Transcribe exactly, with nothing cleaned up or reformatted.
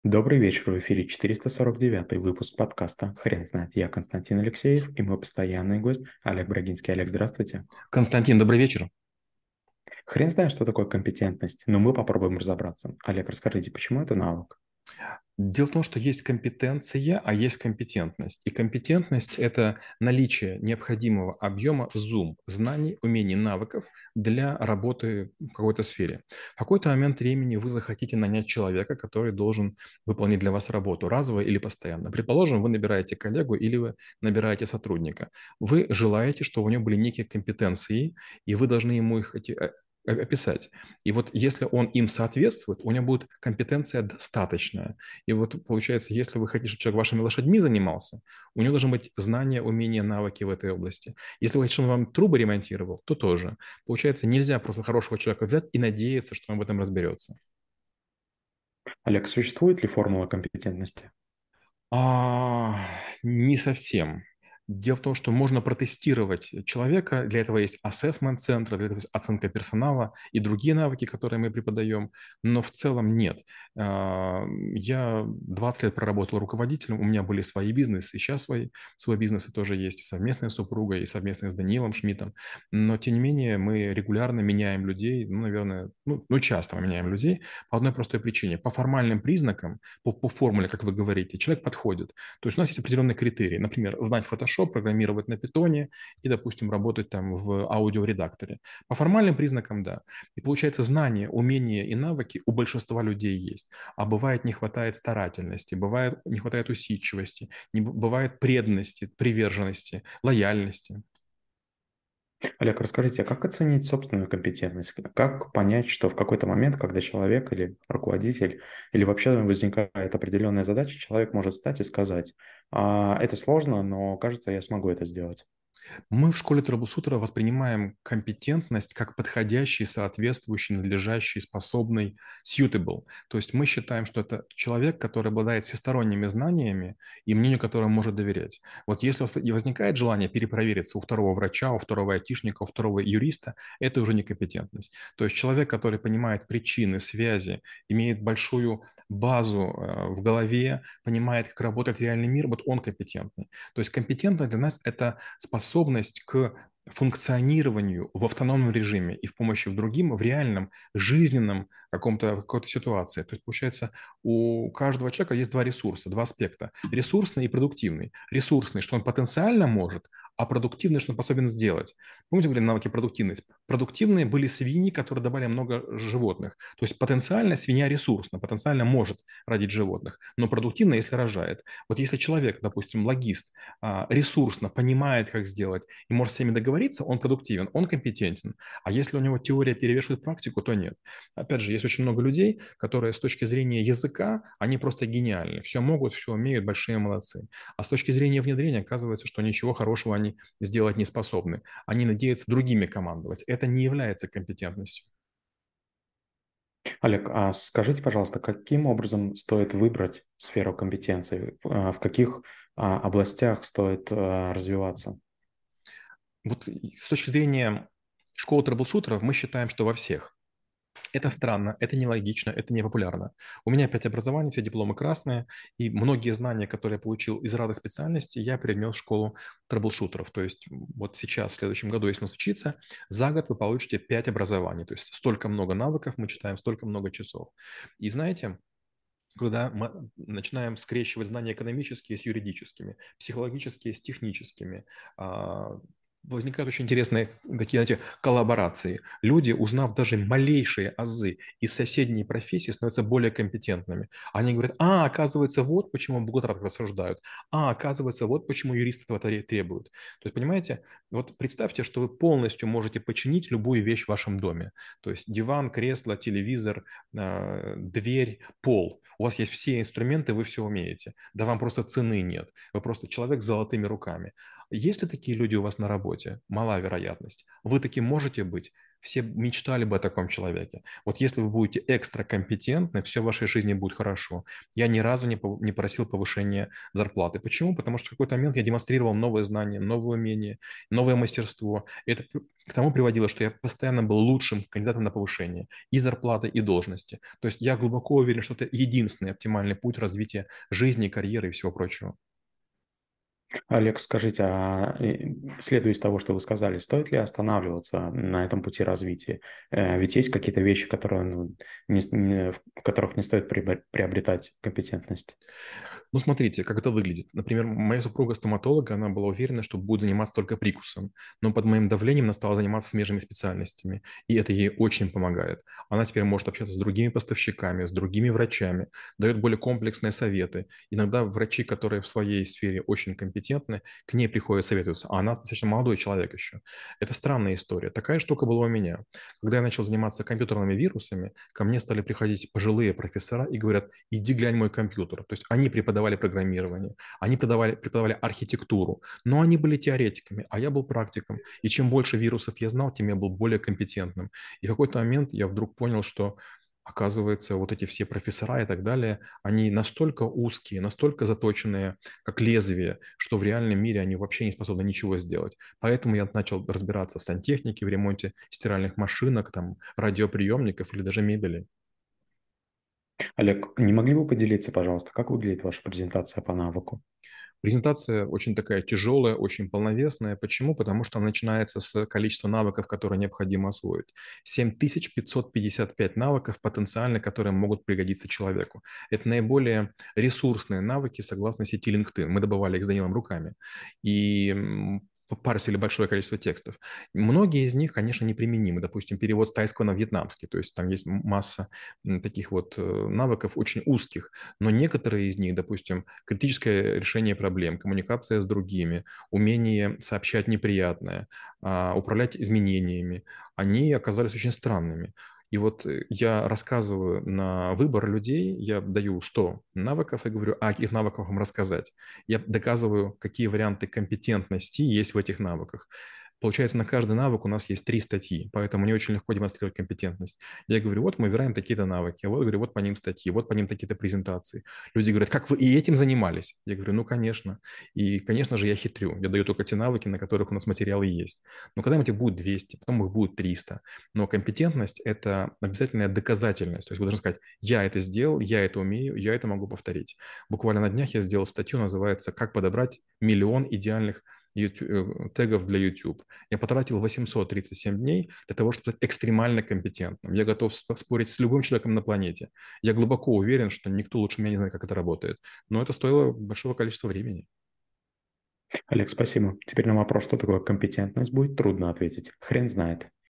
Добрый вечер, в эфире четыреста сорок девятый выпуск подкаста «Хрен знает». Я Константин Алексеев и мой постоянный гость Олег Брагинский. Олег, здравствуйте. Константин, добрый вечер. Хрен знает, что такое компетентность, но мы попробуем разобраться. Олег, расскажите, почему это навык? Дело в том, что есть компетенция, а есть компетентность. И компетентность– это наличие необходимого объема зум, знаний, умений, навыков для работы в какой-то сфере. В какой-то момент времени вы захотите нанять человека, который должен выполнить для вас работу, разово или постоянно. Предположим, вы набираете коллегу или вы набираете сотрудника. Вы желаете, чтобы у него были некие компетенции, и вы должны ему их эти, э, описать. И вот если он им соответствует, у него будет компетенция достаточная. И вот получается, если вы хотите, чтобы человек вашими лошадьми занимался, у него должны быть знания, умения, навыки в этой области. Если вы хотите, чтобы он вам трубы ремонтировал, то тоже. Получается, нельзя просто хорошего человека взять и надеяться, что он в этом разберется. Олег, существует ли формула компетентности? А, не совсем. Дело в том, что можно протестировать человека. Для этого есть ассессмент-центр, для этого есть оценка персонала и другие навыки, которые мы преподаем. Но в целом нет. А, Я двадцать лет проработал руководителем, у меня были свои бизнесы, и сейчас свои, свой бизнес и тоже есть, совместная с супругой, и совместная с Даниилом Шмидтом. Но, тем не менее, мы регулярно меняем людей, ну, наверное, ну, ну, часто мы меняем людей по одной простой причине. По формальным признакам по, по формуле, как вы говорите, человек подходит. То есть у нас есть определенные критерии. Например, знать Photoshop, программировать на питоне и, допустим, работать там в аудиоредакторе. По формальным признакам, да. И получается, знания, умения и навыки у большинства людей есть. А бывает не хватает старательности, бывает не хватает усидчивости, не б- бывает преданности, приверженности, лояльности. Олег, расскажите, а как оценить собственную компетентность? Как понять, что в какой-то момент, когда человек или руководитель, или вообще возникает определенная задача, человек может встать и сказать, «А, это сложно, но кажется, я смогу это сделать». Мы в школе трэблшутера воспринимаем компетентность как подходящий, соответствующий, надлежащий, способный, suitable. То есть мы считаем, что это человек, который обладает всесторонними знаниями и мнению которому может доверять. Вот если у вас и возникает желание перепровериться у второго врача, у второго айтишника, у второго юриста, это уже некомпетентность. То есть человек, который понимает причины, связи, имеет большую базу э, в голове, понимает, как работает реальный мир, вот он компетентный. То есть компетентность для нас– это способность к функционированию в автономном режиме и в помощи в другим в реальном жизненном каком-то какой-то ситуации. То есть получается у каждого человека есть два ресурса, два аспекта: ресурсный и продуктивный. Ресурсный, что он потенциально может, а продуктивный, что он способен сделать. Помните, говорили навыки продуктивность? Продуктивные были свиньи, которые давали много животных. То есть потенциально свинья ресурсна, потенциально может родить животных, но продуктивно, если рожает. Вот если человек, допустим, логист, а, ресурсно понимает, как сделать, и может с всеми договориться, он продуктивен, он компетентен. А если у него теория перевешивает практику, то нет. Опять же, есть очень много людей, которые с точки зрения языка, они просто гениальны. Все могут, все умеют, большие молодцы. А с точки зрения внедрения оказывается, что ничего хорошего они сделать не способны. Они надеются другими командовать. Это не является компетентностью. Олег, а скажите, пожалуйста, каким образом стоит выбрать сферу компетенции? А, В каких а, областях стоит а, развиваться? Вот с точки зрения школы трэблшутеров мы считаем, что во всех. Это странно, это нелогично, это не популярно. У меня пять образований, все дипломы красные, и многие знания, которые я получил из разных специальностей, я перенес в школу трэблшутеров. То есть вот сейчас, в следующем году, если у нас учиться, за год вы получите пять образований. То есть столько много навыков мы читаем, столько много часов. И знаете, когда мы начинаем скрещивать знания экономические с юридическими, психологические с техническими, а, возникают очень интересные такие, знаете, коллаборации. Люди, узнав даже малейшие азы из соседней профессии, становятся более компетентными. Они говорят: а, оказывается, вот почему бухгалтеры так рассуждают, а, оказывается, вот почему юристы этого тре- требуют. То есть, понимаете, вот представьте, что вы полностью можете починить любую вещь в вашем доме. То есть диван, кресло, телевизор, э, дверь, пол. У вас есть все инструменты, вы все умеете. Да вам просто цены нет. Вы просто человек с золотыми руками. Есть ли такие люди у вас на работе? Мала вероятность. Вы таким можете быть? Все мечтали бы о таком человеке. Вот если вы будете экстракомпетентны, все в вашей жизни будет хорошо. Я ни разу не, пов- не просил повышения зарплаты. Почему? Потому что в какой-то момент я демонстрировал новые знания, новые умения, новое мастерство. И это п- к тому приводило, что я постоянно был лучшим кандидатом на повышение и зарплаты, и должности. То есть я глубоко уверен, что это единственный оптимальный путь развития жизни, карьеры и всего прочего. Олег, скажите, а э, следуя из того, что вы сказали, стоит ли останавливаться на этом пути развития? Э, Ведь есть какие-то вещи, которые, ну, не с- не- в которых не стоит прибо- приобретать компетентность. Ну, смотрите, как это выглядит. Например, моя супруга стоматолог, она была уверена, что будет заниматься только прикусом. Но под моим давлением она стала заниматься смежными специальностями. И это ей очень помогает. Она теперь может общаться с другими поставщиками, с другими врачами, дает более комплексные советы. Иногда врачи, которые в своей сфере очень компетентны, к ней приходят советоваться. А она достаточно молодой человек еще. Это странная история. Такая штука была у меня. Когда я начал заниматься компьютерными вирусами, ко мне стали приходить пожилые профессора и говорят, иди глянь мой компьютер. То есть они преподавали программирование, они преподавали, преподавали архитектуру, но они были теоретиками, а я был практиком. И чем больше вирусов я знал, тем я был более компетентным. И в какой-то момент я вдруг понял, что оказывается, вот эти все профессора и так далее, они настолько узкие, настолько заточенные, как лезвие, что в реальном мире они вообще не способны ничего сделать. Поэтому я начал разбираться в сантехнике, в ремонте стиральных машинок, там, радиоприемников или даже мебели. Олег, не могли бы поделиться, пожалуйста, как выглядит ваша презентация по навыку? Презентация очень такая тяжелая, очень полновесная. Почему? Потому что она начинается с количества навыков, которые необходимо освоить. семь тысяч пятьсот пятьдесят пять навыков потенциально, которые могут пригодиться человеку. Это наиболее ресурсные навыки согласно сети LinkedIn. Мы добывали их с Данилом руками. И м, парсили большое количество текстов. Многие из них, конечно, неприменимы. Допустим, перевод с тайского на вьетнамский. То есть там есть масса м, таких вот э, навыков очень узких. Но некоторые из них, допустим, критическое решение проблем, коммуникация с другими, умение сообщать неприятное, а, управлять изменениями, они оказались очень странными. И вот э, я рассказываю на выбор людей, я даю сто навыков и говорю, а о каких навыках вам рассказать. Я доказываю, какие варианты компетентности есть в этих навыках. Получается, на каждый навык у нас есть три статьи, поэтому мне очень легко демонстрировать компетентность. Я говорю, вот мы выбираем такие-то навыки, вот говорю, вот по ним статьи, вот по ним такие-то презентации. Люди говорят, как вы и этим занимались? Я говорю, ну, конечно. И, конечно же, я хитрю. Я даю только те навыки, на которых у нас материалы есть. Но когда-нибудь их будет двести, потом их будет триста. Но компетентность– это обязательная доказательность. То есть вы должны сказать, я это сделал, я это умею, я это могу повторить. Буквально на днях я сделал статью, называется «Как подобрать миллион идеальных YouTube, э, тегов для YouTube». Я потратил восемьсот тридцать семь дней для того, чтобы стать экстремально компетентным. Я готов спорить с любым человеком на планете. Я глубоко уверен, что никто лучше меня не знает, как это работает. Но это стоило большого количества времени. Олег, спасибо. Теперь на вопрос, что такое компетентность, будет трудно ответить. Хрен знает.